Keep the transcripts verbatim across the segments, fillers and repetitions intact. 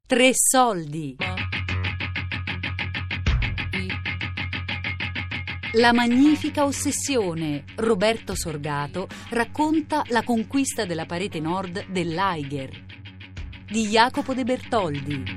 Tre soldi. La magnifica ossessione. Roberto Sorgato racconta la conquista della parete nord dell'Eiger di Jacopo De Bertoldi.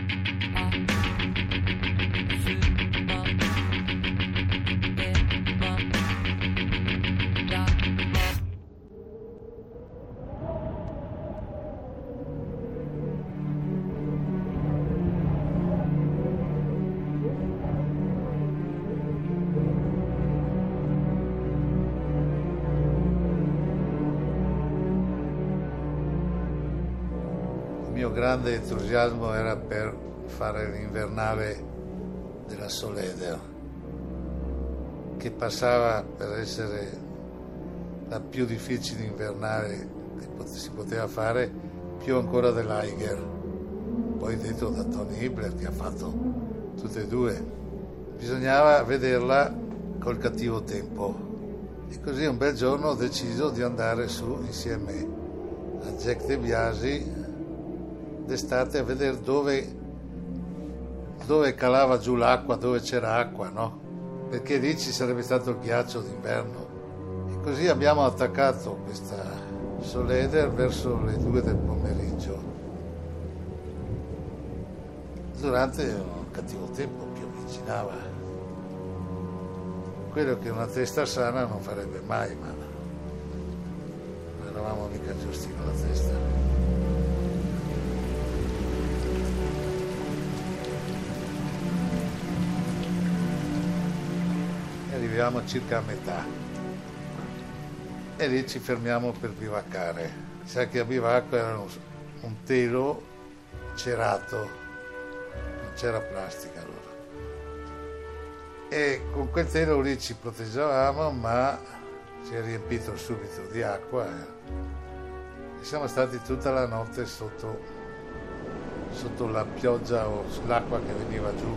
Il mio grande entusiasmo era per fare l'invernale della Soleder, che passava per essere la più difficile invernale che si poteva fare, più ancora dell'Eiger, poi detto da Tony Hibler, che ha fatto tutte e due. Bisognava vederla col cattivo tempo, e così un bel giorno ho deciso di andare su insieme a Jack De Biasi d'estate a vedere dove, dove calava giù l'acqua, dove c'era acqua, no? Perché lì ci sarebbe stato il ghiaccio d'inverno. E così abbiamo attaccato questa Soleder verso le due del pomeriggio, durante un cattivo tempo che avvicinava, quello che una testa sana non farebbe mai, ma non eravamo mica giusti con la testa. Arriviamo circa a metà e lì ci fermiamo per bivaccare. Sai che a bivacco era un, un telo cerato, non c'era plastica allora, e con quel telo lì ci proteggevamo, ma si è riempito subito di acqua e siamo stati tutta la notte sotto, sotto la pioggia o l'acqua che veniva giù.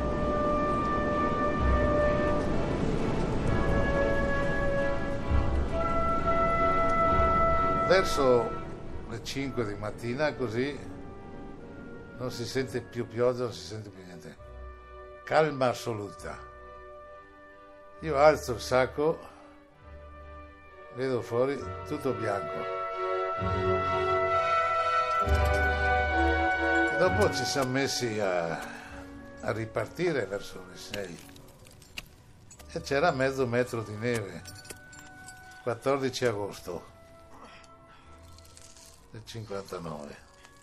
Verso le cinque di mattina, così non si sente più pioggia, non si sente più niente, calma assoluta. Io alzo il sacco, vedo fuori tutto bianco e dopo ci siamo messi a, a ripartire verso le sei e c'era mezzo metro di neve. Quattordici agosto del cinquantanove.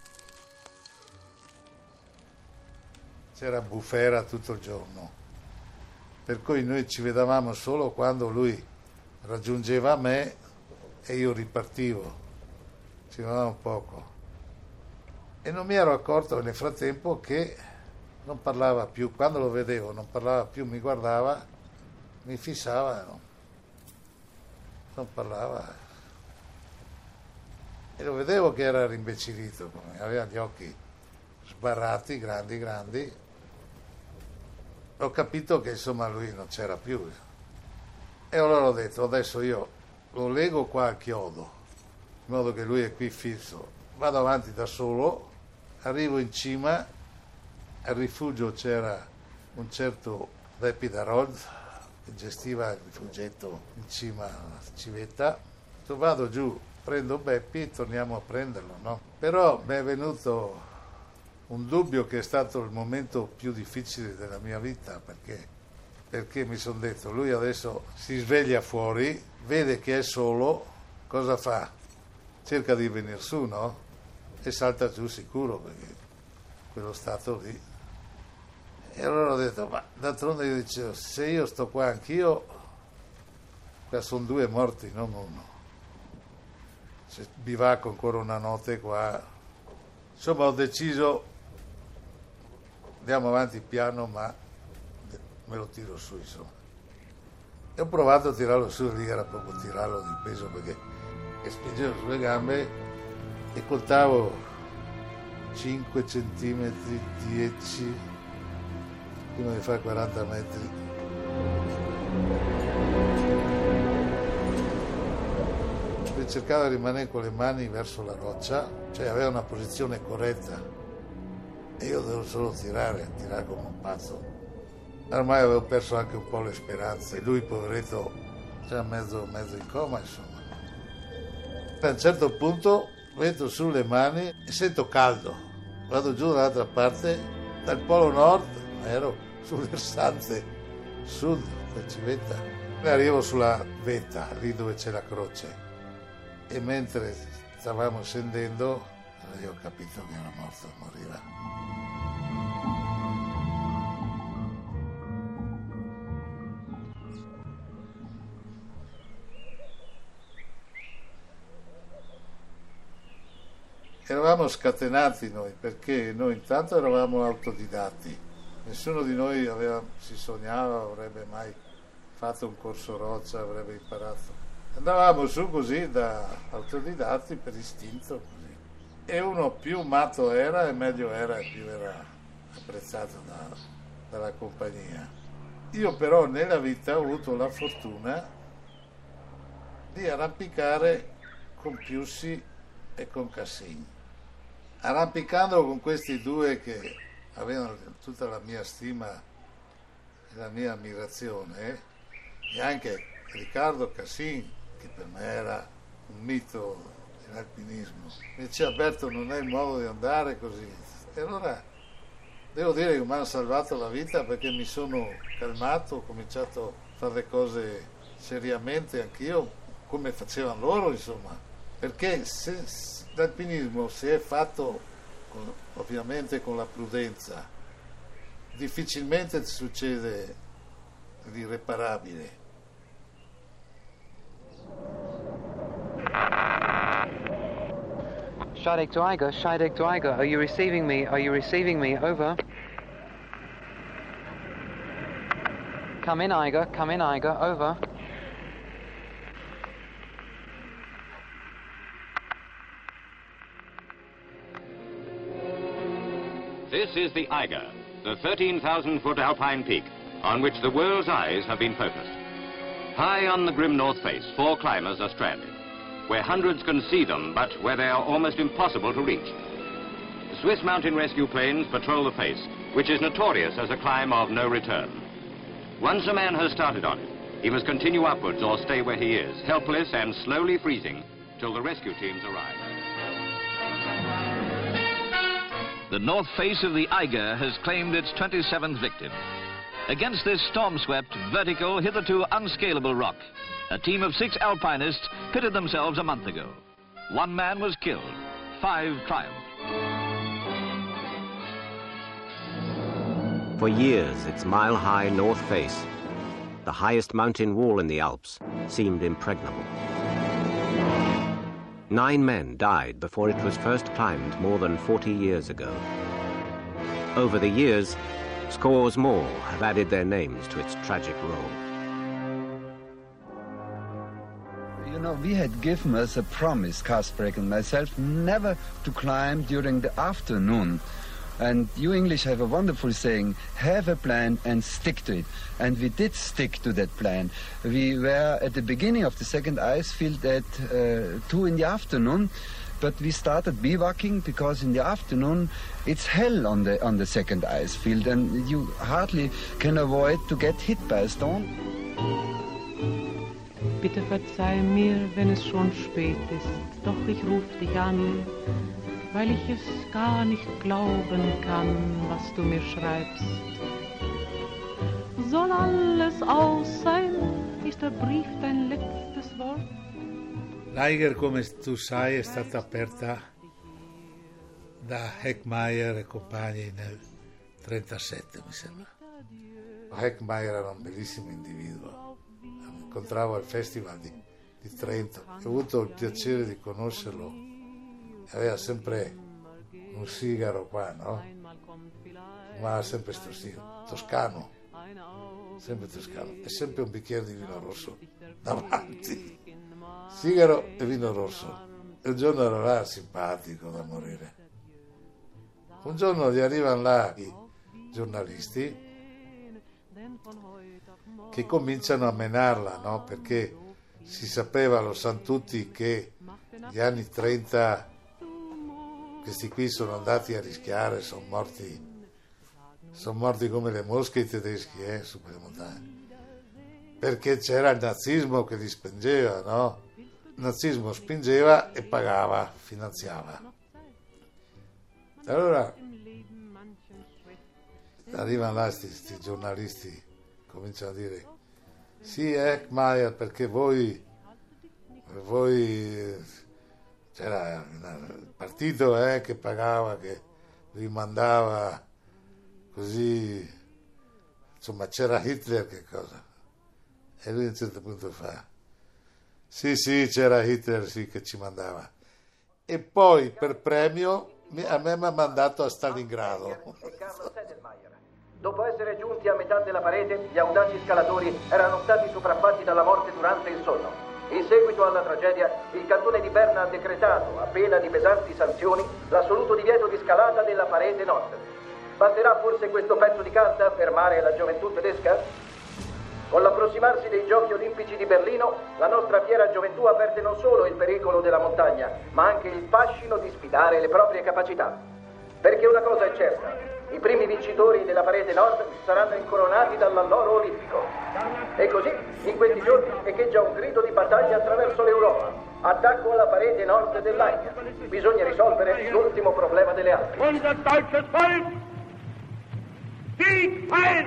C'era bufera tutto il giorno, per cui noi ci vedevamo solo quando lui raggiungeva me e io ripartivo, ci vedevamo poco, e non mi ero accorto nel frattempo che non parlava più. Quando lo vedevo non parlava più, mi guardava, mi fissava, no? Non parlava. E lo vedevo che era rimbecillito, aveva gli occhi sbarrati, grandi, grandi. Ho capito che insomma lui non c'era più. E allora ho detto, adesso io lo lego qua al chiodo, in modo che lui è qui fisso. Vado avanti da solo, arrivo in cima, al rifugio c'era un certo Beppi Darod, che gestiva il rifugetto in cima alla civetta. Vado giù, prendo Beppi e torniamo a prenderlo, no? Però mi è venuto un dubbio che è stato il momento più difficile della mia vita, perché, perché mi sono detto, lui adesso si sveglia fuori, vede che è solo, cosa fa? Cerca di venire su, no? E salta giù sicuro, perché quello stato lì. E allora ho detto, ma d'altronde io dicevo, se io sto qua anch'io, qua sono due morti, non uno. Se bivacco ancora una notte qua, insomma ho deciso, andiamo avanti piano, ma me lo tiro su, insomma. E ho provato a tirarlo su, lì era proprio tirarlo di peso, perché e spingevo sulle gambe e contavo cinque centimetri, dieci, prima di fare quaranta metri. cercava di rimanere con le mani verso la roccia, cioè aveva una posizione corretta, e io devo solo tirare, tirare come un pazzo. Ormai avevo perso anche un po' le speranze, e lui poveretto già mezzo, mezzo in coma, insomma. A un certo punto metto su le mani e sento caldo, vado giù dall'altra parte, dal polo nord, ero sul versante sud del Civetta, e arrivo sulla vetta, lì dove c'è la croce, e mentre stavamo scendendo io ho capito che era morto, moriva. Eravamo scatenati noi, perché noi intanto eravamo autodidatti, nessuno di noi aveva, si sognava, avrebbe mai fatto un corso roccia, avrebbe imparato. Andavamo su così da autodidatti per istinto, così. E uno più matto era e meglio era e più era apprezzato da, dalla compagnia. Io però nella vita ho avuto la fortuna di arrampicare con Piussi e con Cassin. Arrampicando con questi due che avevano tutta la mia stima e la mia ammirazione, e anche Riccardo Cassin, che per me era un mito dell'alpinismo, mi diceva: Alberto, non è il modo di andare così. E allora devo dire che mi hanno salvato la vita, perché mi sono calmato, ho cominciato a fare le cose seriamente anch'io, come facevano loro, insomma, perché se, se l'alpinismo, se è fatto con, ovviamente con la prudenza, difficilmente ti succede l'irreparabile. Scheidegg to Eiger, Scheidegg to Eiger, are you receiving me? Are you receiving me? Over. Come in, Eiger, come in, Eiger, over. This is the Eiger, the thirteen thousand foot alpine peak on which the world's eyes have been focused. High on the grim north face, four climbers are stranded, where hundreds can see them, but where they are almost impossible to reach. Swiss mountain rescue planes patrol the face, which is notorious as a climb of no return. Once a man has started on it, he must continue upwards or stay where he is, helpless and slowly freezing, till the rescue teams arrive. The north face of the Eiger has claimed its twenty-seventh victim. Against this storm-swept, vertical, hitherto unscalable rock, a team of six alpinists pitted themselves a month ago. One man was killed, five triumphed. For years, its mile-high north face, the highest mountain wall in the Alps, seemed impregnable. Nine men died before it was first climbed more than forty years ago. Over the years, scores more have added their names to its tragic roll. You know, we had given us a promise, Kasparek and myself, never to climb during the afternoon. And you English have a wonderful saying, have a plan and stick to it. And we did stick to that plan. We were at the beginning of the second ice field at uh, two in the afternoon, but we started bivouacking because in the afternoon it's hell on the, on the second ice field and you hardly can avoid to get hit by a stone. Bitte verzeih mir, wenn es schon spät ist, doch ich ruf dich an, weil ich es gar nicht glauben kann, was du mir schreibst. Soll alles aus sein? Ist der Brief dein letztes Wort? L'Eiger, come tu sai, è stata aperta da Heckmair e compagni nel trentasette, mi sembra. Heckmair era un bellissimo individuo. Lo incontravo al Festival di, di Trento. Ho avuto il piacere di conoscerlo. Aveva sempre un sigaro qua, no? Ma sempre sto sigaro, toscano, sempre toscano, e sempre un bicchiere di vino rosso davanti, sigaro e vino rosso. E un giorno ero là, simpatico da morire. Un giorno gli arrivano là i giornalisti che cominciano a menarla, no? Perché si sapeva, lo sanno tutti, che gli anni trenta questi qui sono andati a rischiare, sono morti, sono morti come le mosche i tedeschi eh, su quelle montagne, perché c'era il nazismo che li spingeva, no? Il nazismo spingeva e pagava, finanziava. Allora arrivano là questi giornalisti, cominciano a dire sì, eh, Mayer, perché voi, voi c'era il partito eh, che pagava, che vi mandava così, insomma c'era Hitler, che cosa? E lui a un certo punto fa sì sì c'era Hitler, sì, che ci mandava, e poi per premio a me mi ha mandato a Stalingrado. Dopo essere giunti a metà della parete, gli audaci scalatori erano stati sopraffatti dalla morte durante il sonno. In seguito alla tragedia, il cantone di Berna ha decretato, a pena di pesanti sanzioni, l'assoluto divieto di scalata della parete nord. Basterà forse questo pezzo di carta a fermare la gioventù tedesca? Con l'approssimarsi dei Giochi Olimpici di Berlino, la nostra fiera gioventù avverte non solo il pericolo della montagna, ma anche il fascino di sfidare le proprie capacità. Perché una cosa è certa: i primi vincitori della parete nord saranno incoronati dall'alloro olimpico. E così, in questi giorni, echeggia un grido di battaglia attraverso l'Europa. Attacco alla parete nord dell'Aiga. Bisogna risolvere l'ultimo problema delle Alpi. Unser deutsches Volk! Sieg heil!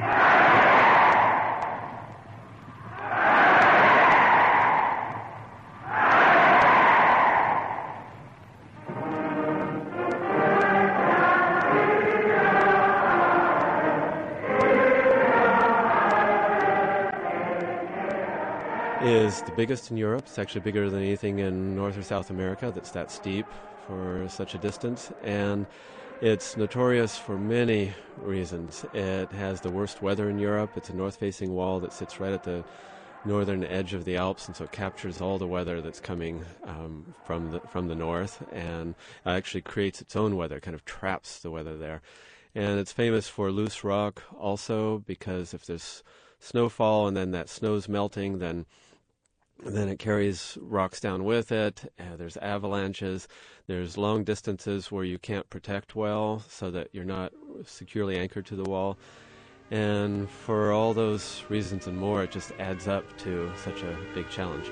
Is the biggest in Europe. It's actually bigger than anything in North or South America that's that steep for such a distance, and it's notorious for many reasons. It has the worst weather in Europe. It's a north-facing wall that sits right at the northern edge of the Alps, and so it captures all the weather that's coming um, from the from the north, and actually creates its own weather, kind of traps the weather there. And it's famous for loose rock also, because if there's snowfall and then that snow's melting, then then it carries rocks down with it. Uh, there's avalanches. There's long distances where you can't protect well, so that you're not securely anchored to the wall. And for all those reasons and more, it just adds up to such a big challenge.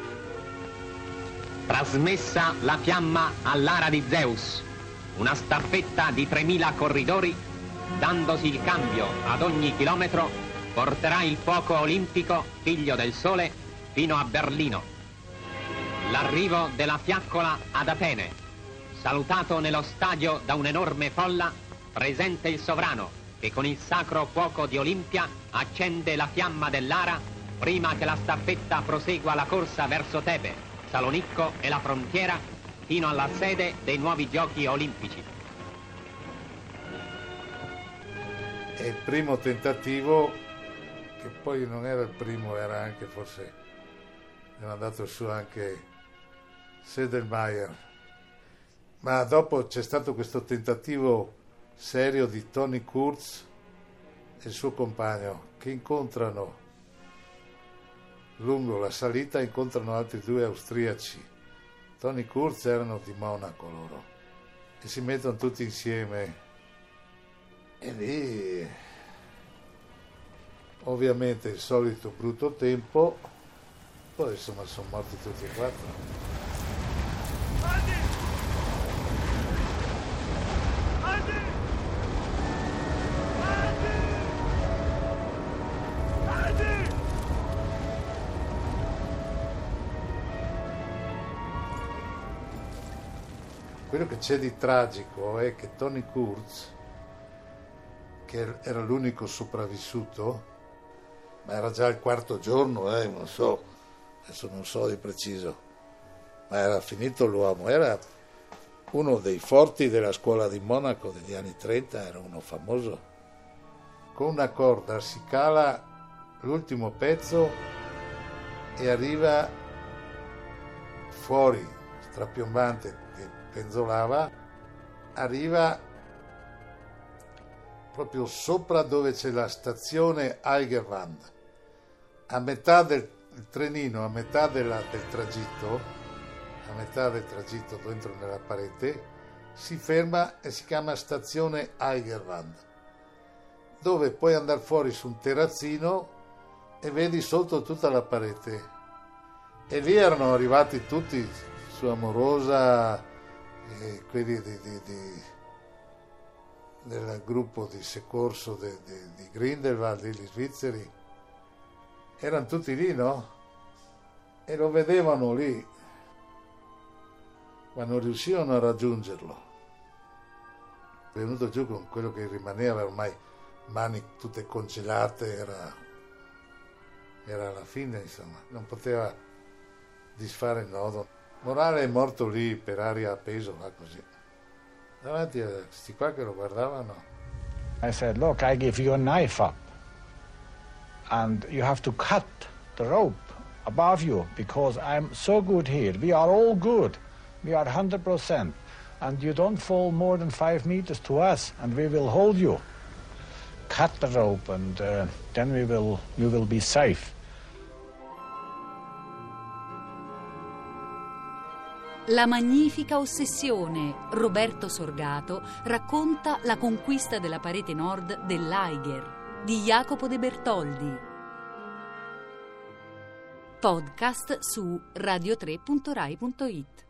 Trasmessa la fiamma all'ara di Zeus, una staffetta di tremila corridori, dandosi il cambio ad ogni chilometro, porterà il fuoco olimpico, figlio del sole, fino a Berlino. L'arrivo della fiaccola ad Atene, salutato nello stadio da un'enorme folla, presente il sovrano che con il sacro fuoco di Olimpia accende la fiamma dell'ara prima che la staffetta prosegua la corsa verso Tebe, Salonicco e la frontiera fino alla sede dei nuovi giochi olimpici. È il primo tentativo, che poi non era il primo, era anche forse, era andato su anche Sedlmayr, ma dopo c'è stato questo tentativo serio di Tony Kurz e il suo compagno, che incontrano lungo la salita, incontrano altri due austriaci. Tony Kurz erano di Monaco loro, e si mettono tutti insieme, e lì ovviamente il solito brutto tempo, poi insomma sono morti tutti e quattro. Quello che c'è di tragico è che Tony Kurz, che era l'unico sopravvissuto, ma era già il quarto giorno, eh, non so, adesso non so di preciso, ma era finito l'uomo, era uno dei forti della scuola di Monaco degli anni trenta, era uno famoso. Con una corda si cala l'ultimo pezzo e arriva fuori, strapiombante, che penzolava, arriva proprio sopra dove c'è la stazione Eigerwand, a metà del trenino, a metà della, del tragitto, a metà del tragitto dentro nella parete, si ferma e si chiama stazione Eigerwand, dove puoi andare fuori su un terrazzino e vedi sotto tutta la parete. E lì erano arrivati tutti, su Amorosa, e quelli di, di, di, del gruppo di soccorso di, di, di Grindelwald, gli svizzeri, erano tutti lì, no? E lo vedevano lì, ma non riuscivano a raggiungerlo. È venuto giù con quello che rimaneva, ormai mani tutte congelate, era, era la fine, insomma, non poteva disfare il nodo. Morale è morto lì per aria a peso, va così, davanti a questi qua che lo guardavano. I said, look, I give you a knife up and you have to cut the rope above you because I'm so good here. We are all good. We are one hundred percent. And you don't fall more than five meters to us and we will hold you. Cut the rope and uh, then we will, you will be safe. La magnifica ossessione. Roberto Sorgato racconta la conquista della parete nord dell'Eiger di Jacopo De Bertoldi. Podcast su radio tre punto rai punto it.